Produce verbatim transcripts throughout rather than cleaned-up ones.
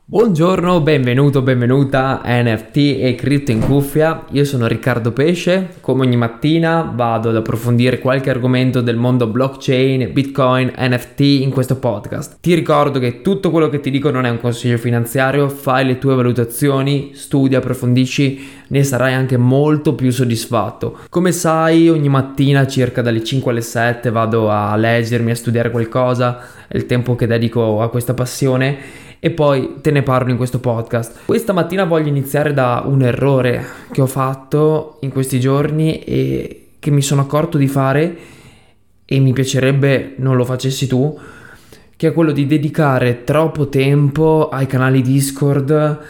Buongiorno, benvenuto, benvenuta a N F T e Cripto in Cuffia. Io sono Riccardo Pesce. Come ogni mattina vado ad approfondire qualche argomento del mondo blockchain, Bitcoin, N F T in questo podcast. Ti ricordo che tutto quello che ti dico non è un consiglio finanziario, fai le tue valutazioni, studia, approfondisci, ne sarai anche molto più soddisfatto. Come sai, ogni mattina circa dalle cinque alle sette vado a leggermi, a studiare qualcosa, è il tempo che dedico a questa passione e poi te ne parlo in questo podcast. Questa mattina voglio iniziare da un errore che ho fatto in questi giorni e che mi sono accorto di fare e mi piacerebbe non lo facessi tu, che è quello di dedicare troppo tempo ai canali Discord,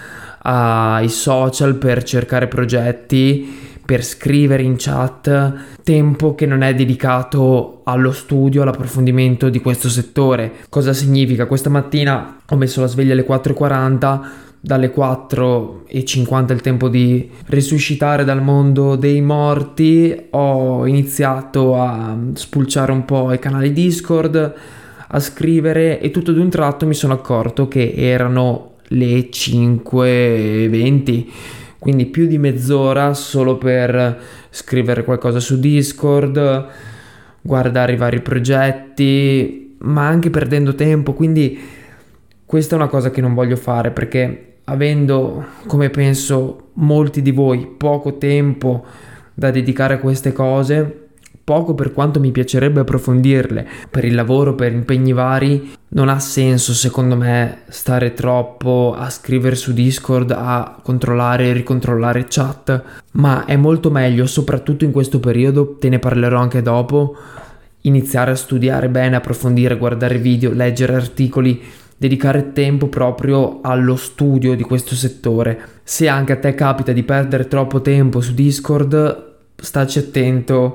ai social per cercare progetti, per scrivere in chat, tempo che non è dedicato allo studio, all'approfondimento di questo settore. Cosa significa? Questa mattina ho messo la sveglia alle quattro e quaranta, dalle quattro e cinquanta il tempo di risuscitare dal mondo dei morti, ho iniziato a spulciare un po' i canali Discord, a scrivere e tutto d'un tratto mi sono accorto che erano le cinque e venti. Quindi più di mezz'ora solo per scrivere qualcosa su Discord, guardare i vari progetti, ma anche perdendo tempo. Quindi questa è una cosa che non voglio fare, perché avendo, come penso molti di voi, poco tempo da dedicare a queste cose, poco per quanto mi piacerebbe approfondirle per il lavoro, per impegni vari, non ha senso secondo me stare troppo a scrivere su Discord, a controllare e ricontrollare chat, ma è molto meglio, soprattutto in questo periodo, te ne parlerò anche dopo, iniziare a studiare bene, approfondire, guardare video, leggere articoli, dedicare tempo proprio allo studio di questo settore. Se anche a te capita di perdere troppo tempo su Discord, staci attento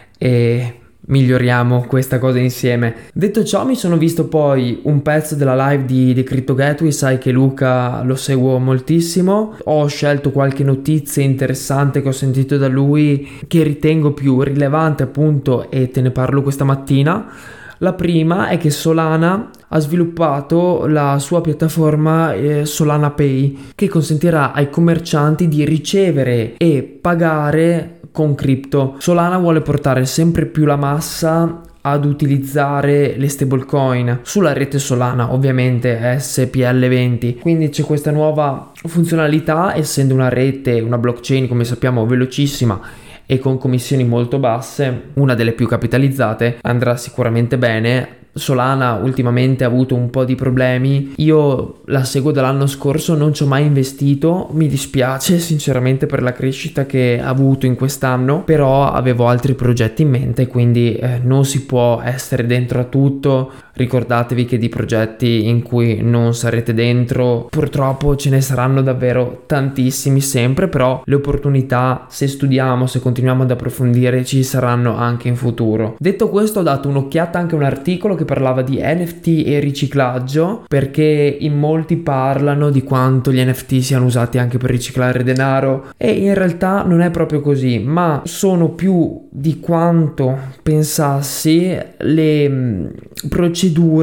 e miglioriamo questa cosa insieme. Detto ciò, mi sono visto poi un pezzo della live di The Crypto Gateway, sai che Luca lo seguo moltissimo, ho scelto qualche notizia interessante che ho sentito da lui che ritengo più rilevante appunto e te ne parlo questa mattina. La prima è che Solana ha sviluppato la sua piattaforma eh, Solana Pay, che consentirà ai commercianti di ricevere e pagare con cripto. Solana vuole portare sempre più la massa ad utilizzare le stablecoin sulla rete Solana, ovviamente S P L venti. Quindi c'è questa nuova funzionalità, essendo una rete, una blockchain come sappiamo velocissima e con commissioni molto basse, una delle più capitalizzate, andrà sicuramente bene. Solana ultimamente ha avuto un po' di problemi, io la seguo dall'anno scorso, non ci ho mai investito, mi dispiace sinceramente per la crescita che ha avuto in quest'anno, però avevo altri progetti in mente, quindi eh, non si può essere dentro a tutto. Ricordatevi che di progetti in cui non sarete dentro purtroppo ce ne saranno davvero tantissimi sempre, però le opportunità, se studiamo, se continuiamo ad approfondire, ci saranno anche in futuro. Detto questo, ho dato un'occhiata anche a un articolo che parlava di N F T e riciclaggio, perché in molti parlano di quanto gli N F T siano usati anche per riciclare denaro e in realtà non è proprio così, ma sono più di quanto pensassi le mh, procedure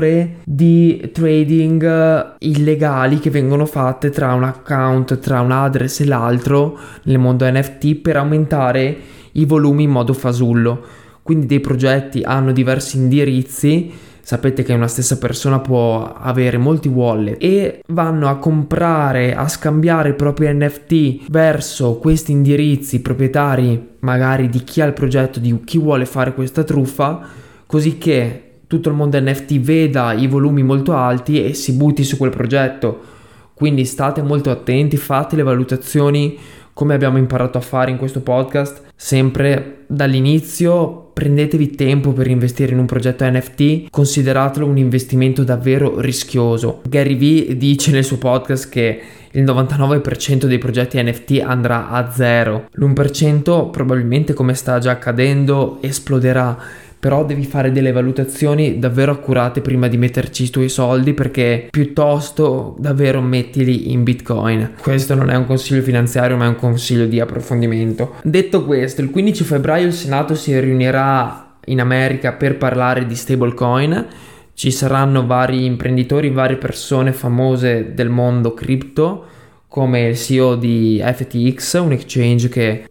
di trading illegali che vengono fatte tra un account, tra un address e l'altro nel mondo N F T per aumentare i volumi in modo fasullo. Quindi dei progetti hanno diversi indirizzi, sapete che una stessa persona può avere molti wallet e vanno a comprare, a scambiare i propri N F T verso questi indirizzi proprietari magari di chi ha il progetto, di chi vuole fare questa truffa, così che tutto il mondo N F T veda i volumi molto alti e si butti su quel progetto. Quindi state molto attenti, fate le valutazioni come abbiamo imparato a fare in questo podcast, sempre dall'inizio. Prendetevi tempo per investire in un progetto N F T, consideratelo un investimento davvero rischioso. Gary Vee dice nel suo podcast che il novantanove per cento dei progetti N F T andrà a zero, l'uno per cento probabilmente, come sta già accadendo, esploderà. Però devi fare delle valutazioni davvero accurate prima di metterci i tuoi soldi, perché piuttosto davvero mettili in Bitcoin. Questo non è un consiglio finanziario, ma è un consiglio di approfondimento. Detto questo, il quindici febbraio il Senato si riunirà in America per parlare di stablecoin. ci saranno vari imprenditori, varie persone famose del mondo cripto, come il C E O di F T X, un exchange che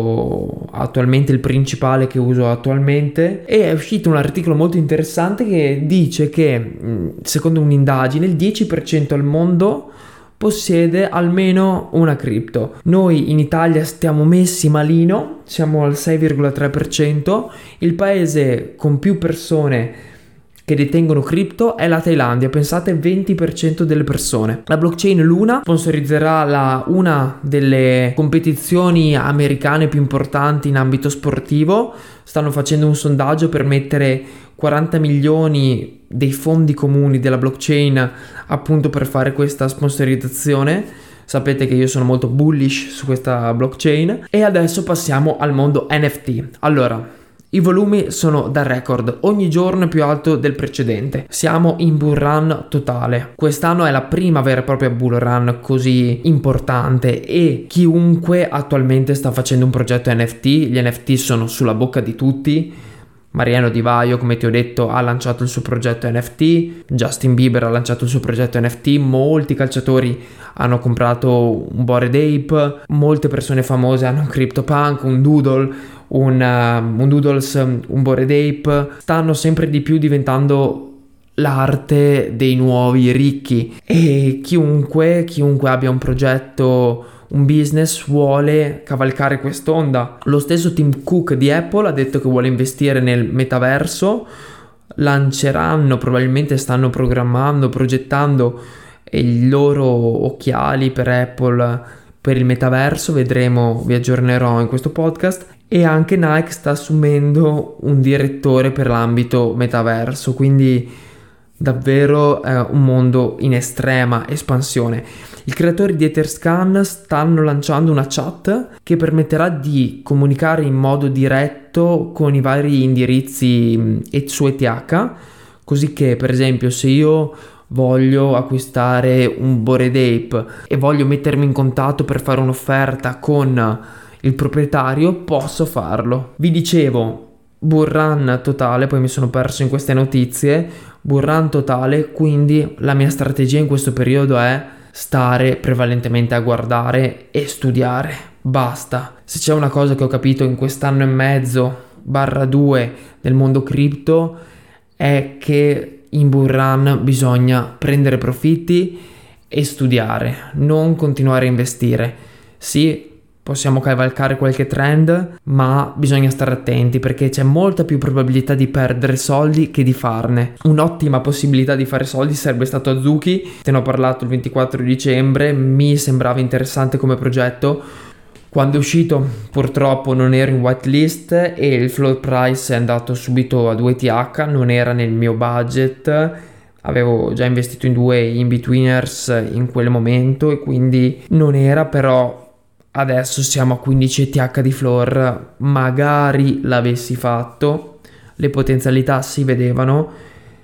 uso attualmente, il principale che uso attualmente, e è uscito un articolo molto interessante che dice che, secondo un'indagine, il dieci per cento al mondo possiede almeno una cripto. Noi in Italia stiamo messi malino, siamo al sei virgola tre per cento, il paese con più persone che detengono cripto è la Thailandia, pensate venti per cento delle persone. La blockchain Luna sponsorizzerà la, una delle competizioni americane più importanti in ambito sportivo, stanno facendo un sondaggio per mettere quaranta milioni dei fondi comuni della blockchain appunto per fare questa sponsorizzazione. Sapete che io sono molto bullish su questa blockchain. E adesso passiamo al mondo N F T. Allora, i volumi sono da record, ogni giorno è più alto del precedente. Siamo in bull run totale. Quest'anno è la prima vera e propria bull run così importante e chiunque attualmente sta facendo un progetto N F T. Gli N F T sono sulla bocca di tutti. Mariano Di Vaio, come ti ho detto, ha lanciato il suo progetto N F T, Justin Bieber ha lanciato il suo progetto N F T, molti calciatori hanno comprato un Bored Ape, molte persone famose hanno un CryptoPunk, un Doodle, un, uh, un Doodles, un Bored Ape, stanno sempre di più diventando l'arte dei nuovi ricchi e chiunque, chiunque abbia un progetto, un business, vuole cavalcare quest'onda. Lo stesso Tim Cook di Apple ha detto che vuole investire nel metaverso, lanceranno, probabilmente stanno programmando, progettando i loro occhiali per Apple per il metaverso, vedremo, vi aggiornerò in questo podcast. E anche Nike sta assumendo un direttore per l'ambito metaverso, quindi davvero eh, un mondo in estrema espansione. I creatori di Etherscan stanno lanciando una chat che permetterà di comunicare in modo diretto con i vari indirizzi e su E T H, così che per esempio se io voglio acquistare un Bored Ape e voglio mettermi in contatto per fare un'offerta con il proprietario, posso farlo. Vi dicevo, bull run totale, poi mi sono perso in queste notizie, bull run totale, quindi la mia strategia in questo periodo è stare prevalentemente a guardare e studiare, basta. Se c'è una cosa che ho capito in quest'anno e mezzo barra due del mondo cripto è che in bull run bisogna prendere profitti e studiare, non continuare a investire. Sì, possiamo cavalcare qualche trend, ma bisogna stare attenti perché c'è molta più probabilità di perdere soldi che di farne. Un'ottima possibilità di fare soldi sarebbe stato Azuki, te ne ho parlato il ventiquattro dicembre, mi sembrava interessante come progetto. Quando è uscito purtroppo non ero in whitelist e il floor price è andato subito a due E T H, non era nel mio budget, avevo già investito in due in-betweeners in quel momento e quindi non era, però adesso siamo a quindici E T H di floor, magari l'avessi fatto, le potenzialità si vedevano.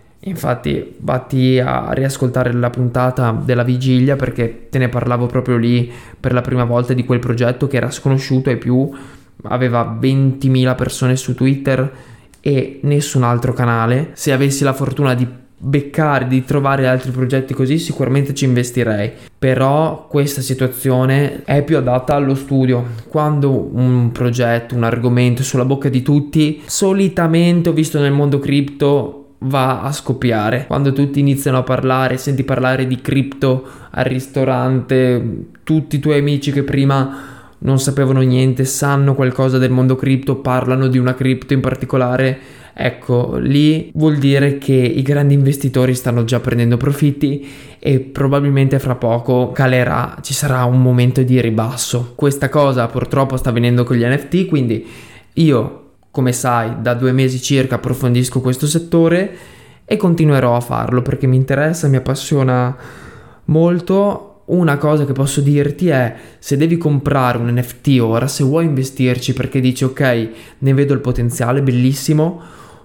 Infatti vatti a riascoltare la puntata della vigilia perché te ne parlavo proprio lì per la prima volta di quel progetto che era sconosciuto ai più, aveva ventimila persone su Twitter e nessun altro canale. Se avessi la fortuna di beccare, di trovare altri progetti così, sicuramente ci investirei, però questa situazione è più adatta allo studio. Quando un progetto, un argomento è sulla bocca di tutti, solitamente ho visto nel mondo cripto va a scoppiare. Quando tutti iniziano a parlare, senti parlare di cripto al ristorante, tutti i tuoi amici che prima non sapevano niente sanno qualcosa del mondo cripto, parlano di una cripto in particolare, ecco, lì vuol dire che i grandi investitori stanno già prendendo profitti e probabilmente fra poco calerà, ci sarà un momento di ribasso. Questa cosa purtroppo sta avvenendo con gli N F T, quindi io, come sai, da due mesi circa approfondisco questo settore e continuerò a farlo perché mi interessa, mi appassiona molto. Una cosa che posso dirti è: se devi comprare un N F T ora, se vuoi investirci perché dici ok, ne vedo il potenziale, bellissimo,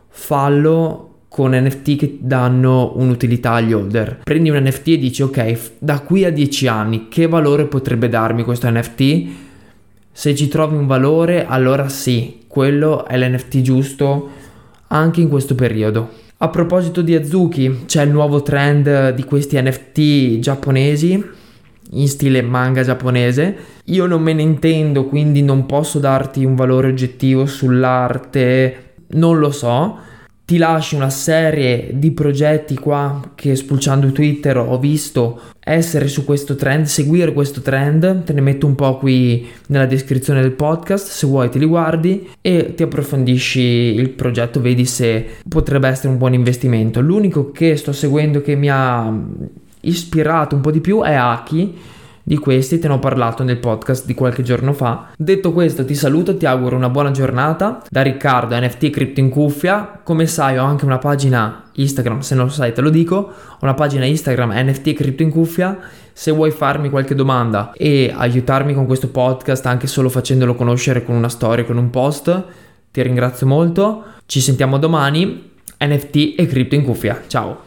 fallo con N F T che danno un'utilità agli holder. Prendi un N F T e dici ok, da qui a dieci anni che valore potrebbe darmi questo N F T? Se ci trovi un valore, allora sì, quello è l'N F T giusto anche in questo periodo. A proposito di Azuki, c'è il nuovo trend di questi N F T giapponesi in stile manga giapponese. Io non me ne intendo, quindi non posso darti un valore oggettivo sull'arte, non lo so. Ti lascio una serie di progetti qua che spulciando Twitter ho visto essere su questo trend, seguire questo trend, te ne metto un po' qui nella descrizione del podcast, se vuoi te li guardi e ti approfondisci il progetto, vedi se potrebbe essere un buon investimento. L'unico che sto seguendo che mi ha ispirato un po' di più è Aki. Di questi te ne ho parlato nel podcast di qualche giorno fa. Detto questo, ti saluto, ti auguro una buona giornata. Da Riccardo, N F T Crypto in Cuffia. Come sai, ho anche una pagina Instagram, se non lo sai te lo dico. Ho una pagina Instagram N F T Crypto in Cuffia. Se vuoi farmi qualche domanda e aiutarmi con questo podcast, anche solo facendolo conoscere con una storia, con un post, ti ringrazio molto. Ci sentiamo domani. N F T e Crypto in Cuffia. Ciao.